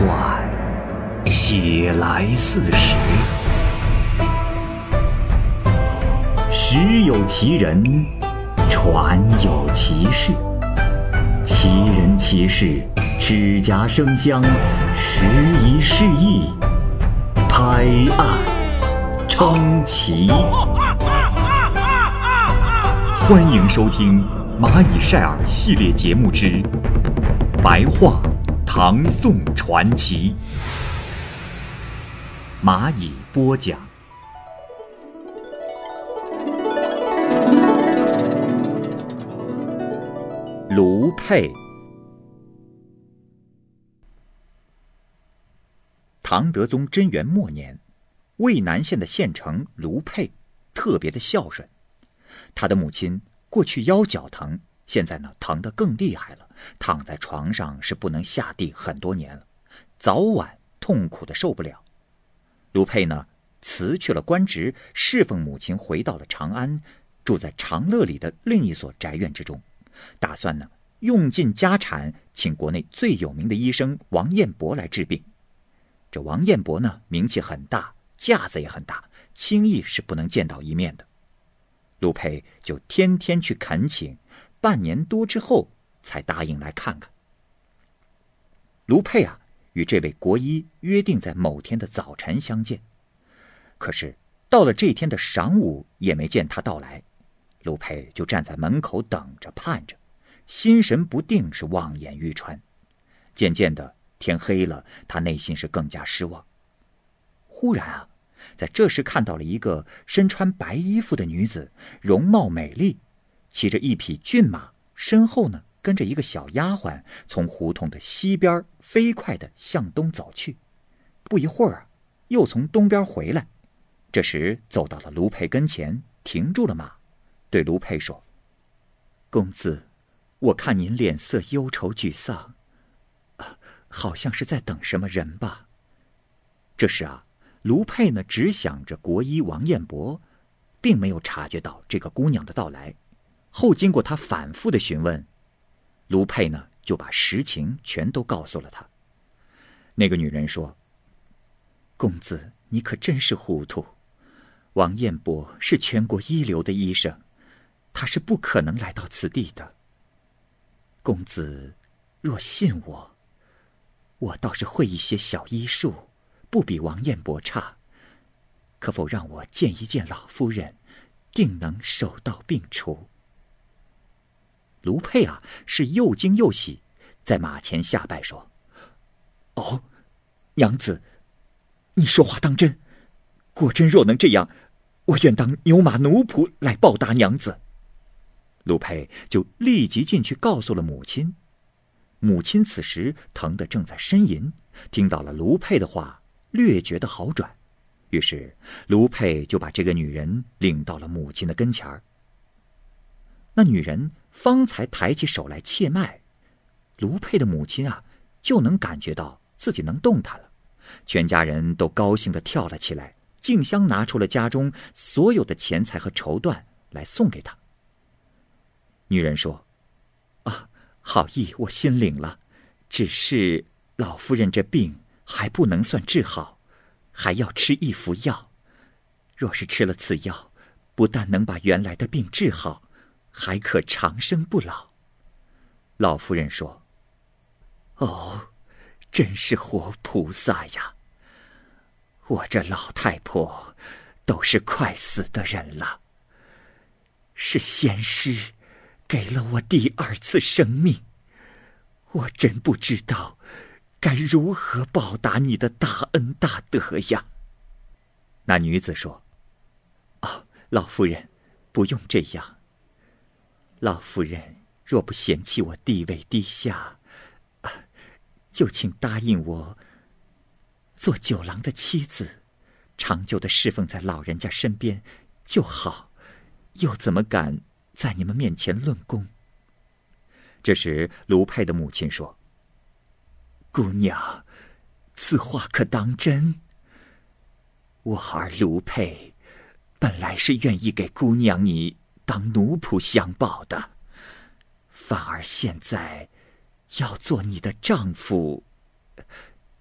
幻，写来40。时有其人，传有其事。其人其事，指甲生香，时移世易，拍案称奇。欢迎收听蚂蚁晒尔系列节目之《白话唐宋传奇》，蚂蚁播讲。卢佩。唐德宗贞元末年，渭南县的县城卢佩特别的孝顺。他的母亲过去腰脚疼，现在呢疼得更厉害了，躺在床上是不能下地很多年了，早晚痛苦的受不了。卢佩呢辞去了官职，侍奉母亲回到了长安，住在长乐里的另一所宅院之中，打算呢用尽家产请国内最有名的医生王彦博来治病。这王彦博呢名气很大，架子也很大，轻易是不能见到一面的。卢佩就天天去恳请，半年多之后才答应来看看。卢佩与这位国医约定在某天的早晨相见，可是到了这天的晌午也没见他到来。卢佩就站在门口等着盼着，心神不定，是望眼欲穿。渐渐的天黑了，他内心是更加失望。忽然在这时看到了一个身穿白衣服的女子，容貌美丽，骑着一匹骏马，身后呢跟着一个小丫鬟，从胡同的西边飞快地向东走去。不一会儿又从东边回来，这时走到了卢佩跟前，停住了马，对卢佩说：“公子，我看您脸色忧愁沮丧，好像是在等什么人吧？”这时卢佩呢只想着国医王彦博，并没有察觉到这个姑娘的到来。后经过他反复的询问，卢佩呢就把实情全都告诉了他。那个女人说：“公子，你可真是糊涂，王彦博是全国一流的医生，他是不可能来到此地的。公子若信我，我倒是会一些小医术，不比王彦博差，可否让我见一见老夫人，定能手到病除。”卢佩是又惊又喜，在马前下拜说：“哦，娘子，你说话当真？果真若能这样，我愿当牛马奴仆来报答娘子。”卢佩就立即进去告诉了母亲。母亲此时疼得正在呻吟，听到了卢佩的话，略觉得好转，于是卢佩就把这个女人领到了母亲的跟前儿。那女人方才抬起手来切脉，卢佩的母亲就能感觉到自己能动弹了，全家人都高兴地跳了起来，竞相拿出了家中所有的钱财和绸缎来送给她。女人说：“好意我心领了，只是老夫人这病还不能算治好，还要吃一服药。若是吃了此药，不但能把原来的病治好，还可长生不老。”老夫人说：“哦，真是活菩萨呀！我这老太婆都是快死的人了，是仙师给了我第2次生命，我真不知道该如何报答你的大恩大德呀。”那女子说：“老夫人，不用这样。老夫人若不嫌弃我地位低下，就请答应我做酒郎的妻子，长久地侍奉在老人家身边就好，又怎么敢在你们面前论功？”这时卢佩的母亲说：“姑娘，此话可当真？我儿卢佩本来是愿意给姑娘你当奴仆相报的，反而现在要做你的丈夫，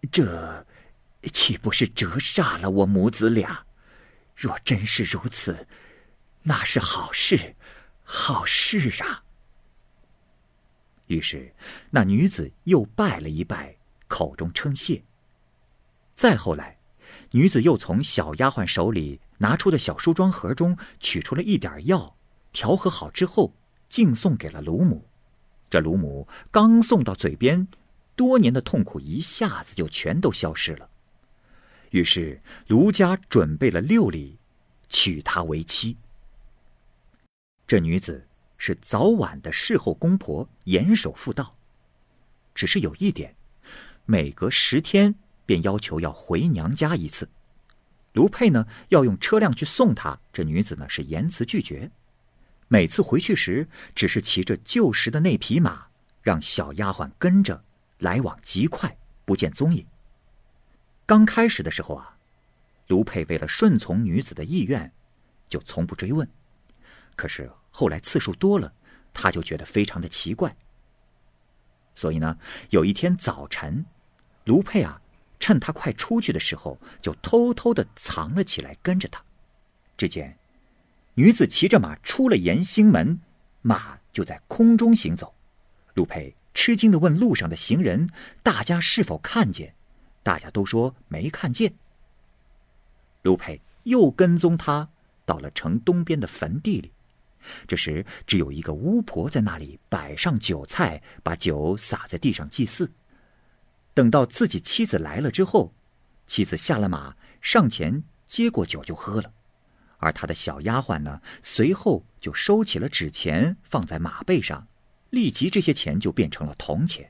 这岂不是折煞了我母子俩？若真是如此，那是好事，好事啊！”于是那女子又拜了一拜，口中称谢。再后来，女子又从小丫鬟手里拿出的小梳妆盒中取出了一点药，调和好之后敬送给了卢母。这卢母刚送到嘴边，多年的痛苦一下子就全都消失了。于是卢家准备了6礼，娶她为妻。这女子是早晚的侍候公婆，严守妇道。只是有一点，每隔10天便要求要回娘家一次。卢佩呢，要用车辆去送她，这女子呢是严词拒绝。每次回去时，只是骑着旧时的那匹马，让小丫鬟跟着，来往极快，不见踪影。刚开始的时候啊，卢佩为了顺从女子的意愿，就从不追问。可是后来次数多了，他就觉得非常的奇怪。所以呢，有一天早晨，卢佩啊，趁他快出去的时候，就偷偷地藏了起来，跟着他。只见女子骑着马出了延兴门，马就在空中行走。卢佩吃惊地问路上的行人，大家是否看见？大家都说没看见。卢佩又跟踪他到了城东边的坟地里。这时只有一个巫婆在那里摆上酒菜，把酒洒在地上祭祀。等到自己妻子来了之后，妻子下了马，上前接过酒就喝了。而他的小丫鬟呢，随后就收起了纸钱，放在马背上，立即这些钱就变成了铜钱。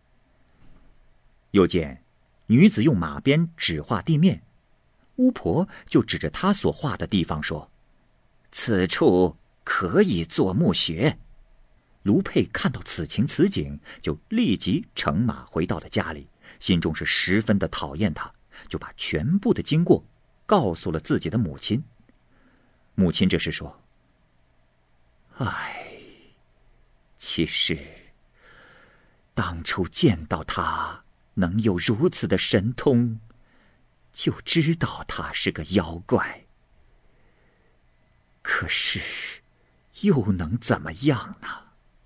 又见女子用马鞭指画地面，巫婆就指着她所画的地方说：“此处可以做墓穴。”卢佩看到此情此景，就立即乘马回到了家里，心中是十分的讨厌他，就把全部的经过告诉了自己的母亲。母亲这时说：“哎，其实当初见到他能有如此的神通，就知道他是个妖怪。可是又能怎么样呢？”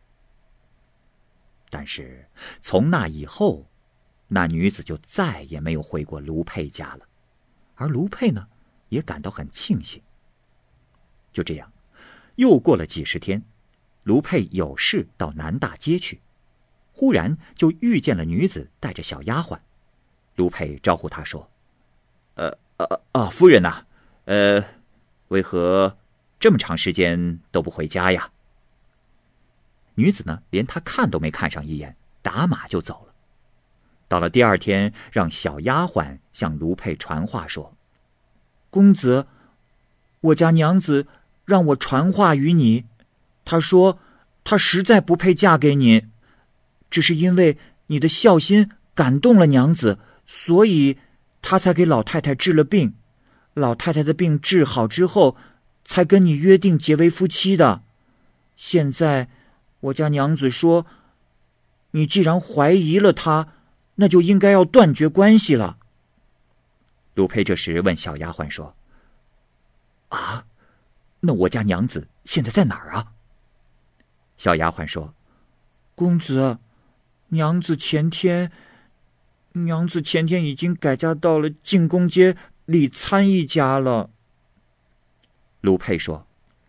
但是从那以后，那女子就再也没有回过卢佩家了。而卢佩呢，也感到很庆幸。就这样，又过了几十天，卢佩有事到南大街去，忽然就遇见了女子带着小丫鬟。卢佩招呼她说：“夫人呐，为何这么长时间都不回家呀？”女子呢，连他看都没看上一眼，打马就走了。到了第2天，让小丫鬟向卢佩传话说：“公子，我家娘子让我传话于你，她说她实在不配嫁给你，只是因为你的孝心感动了娘子，所以她才给老太太治了病。老太太的病治好之后，才跟你约定结为夫妻的。现在我家娘子说，你既然怀疑了她，那就应该要断绝关系了。”卢佩这时问小丫鬟说：“啊，那我家娘子现在在哪儿啊？”小丫鬟说：“公子，娘子前天已经改嫁到了进宫街李参一家了。”卢佩说：“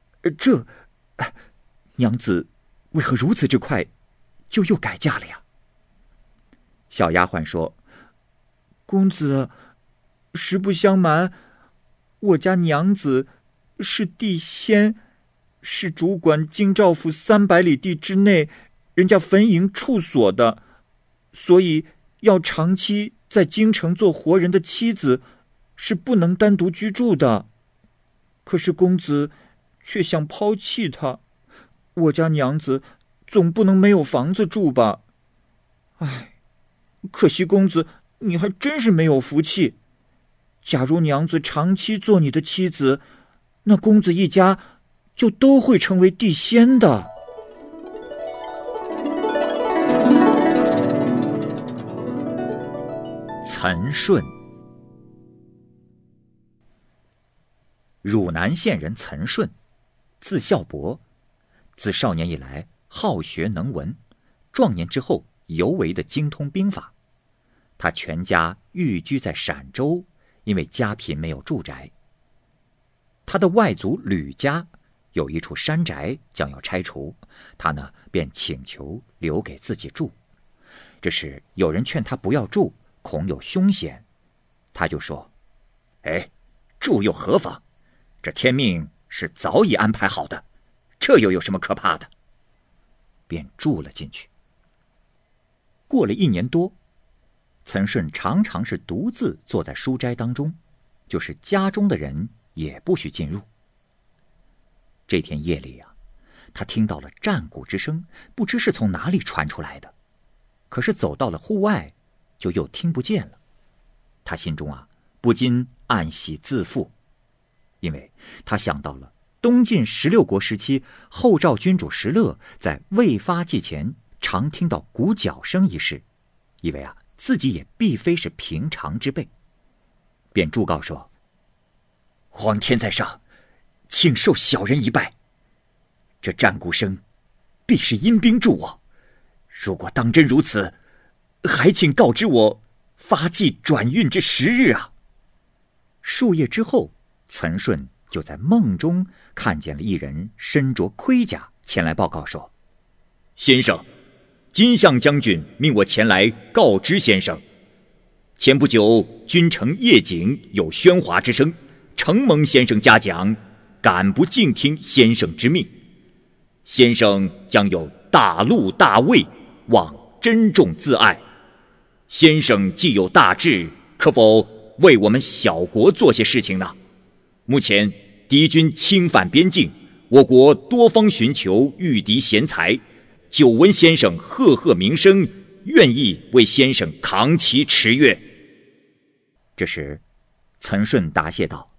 娘子为何如此之快就又改嫁了呀？”小丫鬟说：“公子，实不相瞒，我家娘子是地仙，是主管京兆府300里地之内人家坟茔处所的，所以要长期在京城做活人的妻子，是不能单独居住的。可是公子却想抛弃她，我家娘子总不能没有房子住吧？哎，可惜公子你还真是没有福气。假如娘子长期做你的妻子，那公子一家就都会成为地仙的。” 岑顺。汝南县人岑顺，字孝伯，自少年以来好学能文，壮年之后尤为的精通兵法。他全家寓居在陕州，因为家贫没有住宅。他的外祖吕家有一处山宅将要拆除，他呢便请求留给自己住。这时有人劝他不要住，恐有凶险，他就说：住又何妨？这天命是早已安排好的，这又有什么可怕的？便住了进去。过了1年多，岑顺常常是独自坐在书斋当中，就是家中的人也不许进入。这天夜里他听到了战鼓之声，不知是从哪里传出来的，可是走到了户外，就又听不见了。他心中不禁暗喜自负，因为他想到了东晋16国时期后赵君主石勒在未发祭前常听到鼓角声一事，以为自己也必非是平常之辈，便祝告说：皇天在上，请受小人一拜。这战鼓声必是阴兵助我，如果当真如此，还请告知我发祭转运之时日啊。数夜之后，岑顺就在梦中看见了一人身着盔甲前来报告说：先生，金相将军命我前来告知先生，前不久君城夜景有喧哗之声，承蒙先生嘉奖，敢不敬听先生之命。先生将有大禄大位，望珍重自爱。先生既有大志，可否为我们小国做些事情呢？目前敌军侵犯边境，我国多方寻求御敌贤才，久闻先生赫赫名声，愿意为先生扛旗持月。这时岑顺答谢道：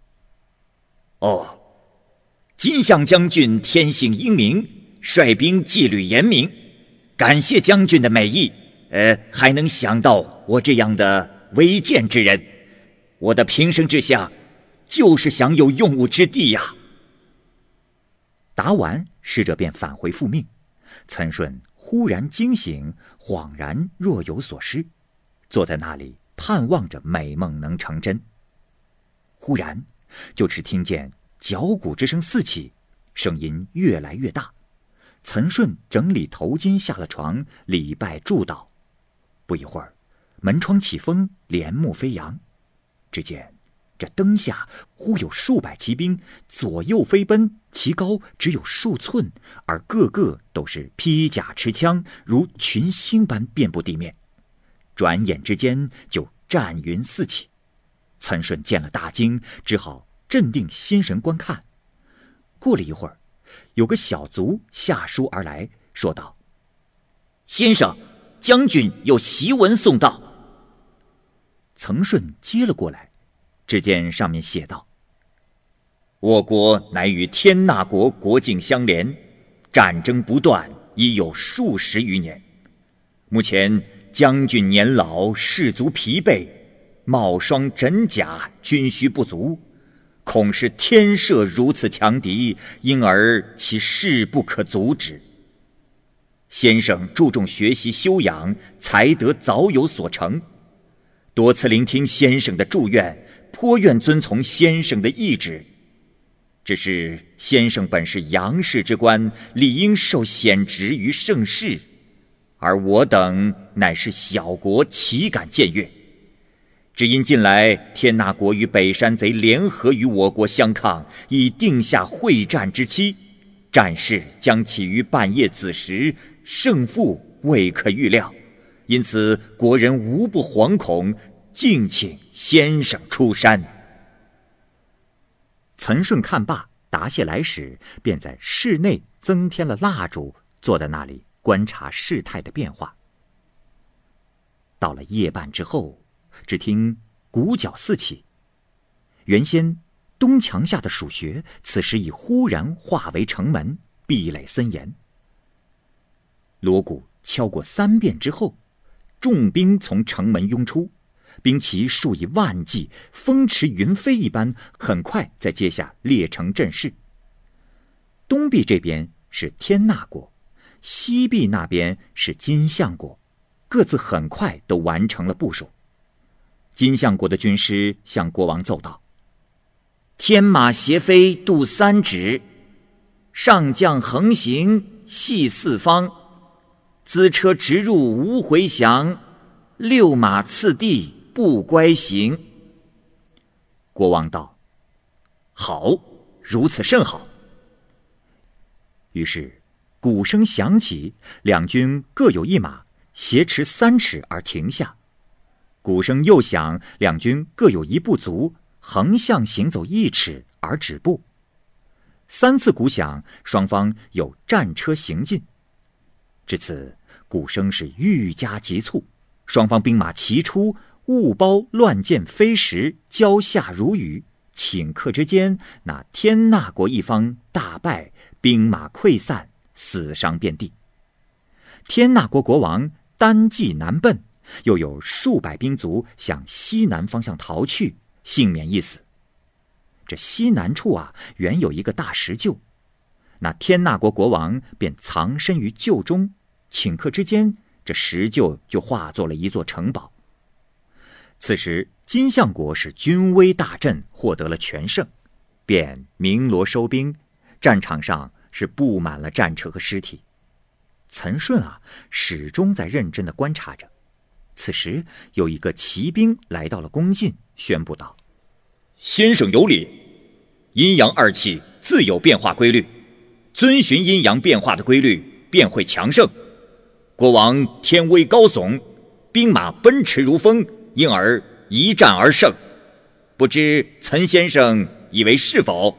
金相将军天性英明，率兵纪律严明，感谢将军的美意，还能想到我这样的微贱之人，我的平生志向就是想有用武之地呀。答完，使者便返回复命。岑顺忽然惊醒，恍然若有所失，坐在那里盼望着美梦能成真。忽然就只听见脚鼓之声四起，声音越来越大。岑顺整理头巾下了床，礼拜祝祷。不一会儿，门窗起风，帘幕飞扬，只见这灯下忽有数百骑兵左右飞奔，其高只有数寸，而个个都是披甲持枪，如群星般遍布地面。转眼之间就战云四起。岑顺见了大惊，只好镇定心神观看。过了一会儿，有个小卒下书而来，说道：先生，将军有檄文送到。岑顺接了过来，只见上面写道：我国乃与天那国国境相连，战争不断，已有数十余年。目前将军年老，士卒疲惫，帽霜枕甲，军需不足，恐是天设如此强敌，因而其势不可阻止。先生注重学习修养，才得早有所成。多次聆听先生的祝愿，颇愿遵从先生的意志。只是先生本是杨氏之官，理应受显职于盛世，而我等乃是小国，岂敢僭越？只因近来天那国与北山贼联合与我国相抗，已定下会战之期，战事将起于半夜子时，胜负未可预料，因此国人无不惶恐，敬请先生出山。岑顺看罢，答谢来使，便在室内增添了蜡烛，坐在那里观察事态的变化。到了夜半之后，只听鼓角四起，原先东墙下的蜀穴，此时已忽然化为城门，壁垒森严。锣鼓敲过3遍之后，众兵从城门拥出， 兵旗数以万计，风驰云飞一般，很快在阶下列成阵势。东壁这边是天纳国，西壁那边是金相国，各自很快都完成了部署。金相国的军师向国王奏道：天马斜飞渡三指，上将横行系四方，资车直入无回降，六马次第不乖行。国王道：好，如此甚好。于是鼓声响起，两军各有一马，挟持3尺而停下。鼓声又响，两军各有一步卒，横向行走1尺而止步。3次鼓响，双方有战车行进。至此，鼓声是愈加急促，双方兵马齐出，雾包乱箭飞石，交下如雨。顷刻之间，那天纳国一方大败，兵马溃散，死伤遍地。天纳国国王单骑南奔，又有数百兵卒向西南方向逃去，幸免一死。这西南处原有一个大石臼，那天纳国国王便藏身于臼中，顷刻之间，这石臼就化作了一座城堡。此时金相国是军威大振，获得了全胜，便鸣锣收兵，战场上是布满了战车和尸体。岑顺始终在认真地观察着。此时有一个骑兵来到了宫禁，宣布道：先生有礼，阴阳二气自有变化规律，遵循阴阳变化的规律，便会强胜。国王天威高耸，兵马奔驰如风，因而一战而胜，不知岑先生以为是否？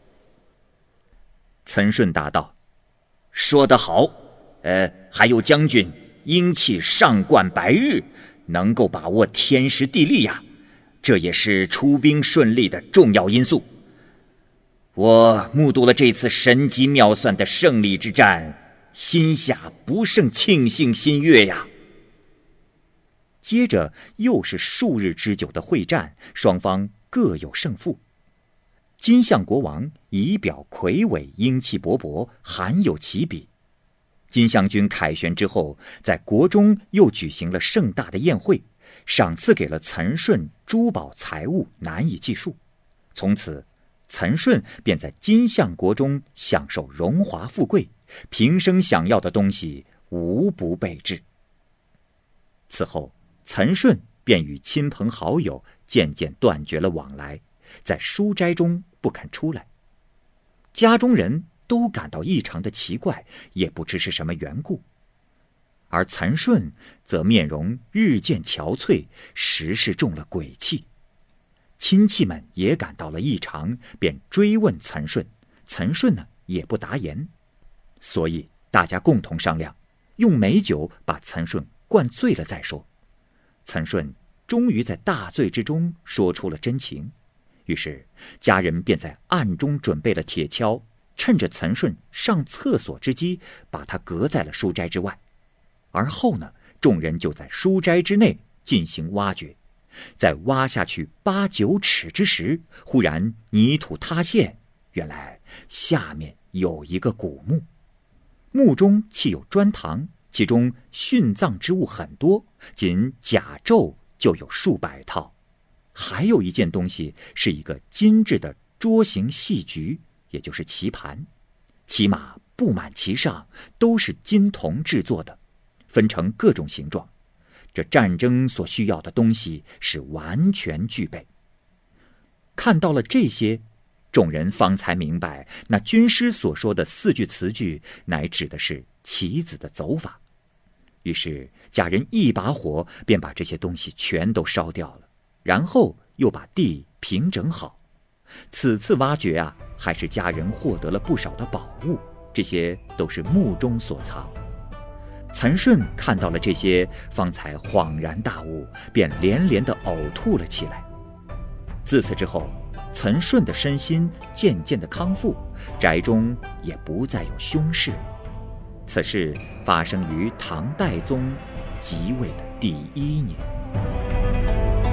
岑顺答道：说得好，还有将军英气上贯白日，能够把握天时地利呀，这也是出兵顺利的重要因素。我目睹了这次神机妙算的胜利之战，心下不胜庆幸欣悦呀。接着又是数日之久的会战，双方各有胜负。金相国王仪表魁伟，英气勃勃，罕有其比。金相军凯旋之后，在国中又举行了盛大的宴会，赏赐给了岑顺珠宝财物难以计数。从此岑顺便在金相国中享受荣华富贵，平生想要的东西无不备至。此后岑顺便与亲朋好友渐渐断绝了往来，在书斋中不肯出来。家中人都感到异常的奇怪，也不知是什么缘故。而岑顺则面容日渐憔悴，实是中了鬼气。亲戚们也感到了异常，便追问岑顺，岑顺呢也不答言。所以大家共同商量，用美酒把岑顺灌醉了再说。岑顺终于在大醉之中说出了真情，于是家人便在暗中准备了铁锹，趁着岑顺上厕所之机，把他隔在了书斋之外。而后呢，众人就在书斋之内进行挖掘。在挖下去8、9尺之时，忽然泥土塌陷，原来下面有一个古墓，墓中砌有砖堂，其中殉葬之物很多，仅甲胄就有数百套。还有一件东西是一个精致的桌形戏局，也就是棋盘，骑马布满其上，都是金铜制作的，分成各种形状。这战争所需要的东西是完全具备。看到了这些，众人方才明白，那军师所说的4句词句，乃指的是棋子的走法。于是家人一把火便把这些东西全都烧掉了，然后又把地平整好。此次挖掘还是家人获得了不少的宝物，这些都是墓中所藏。岑顺看到了这些，方才恍然大悟，便连连地呕吐了起来。自此之后，岑顺的身心渐渐地康复，宅中也不再有凶事。此事发生于唐代宗即位的第1年。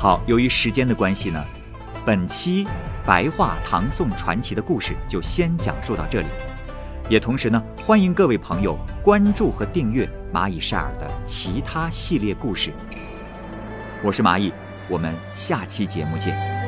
好，由于时间的关系呢，本期白话唐宋传奇的故事就先讲述到这里。也同时呢，欢迎各位朋友关注和订阅蚂蚁晒尔的其他系列故事。我是蚂蚁，我们下期节目见。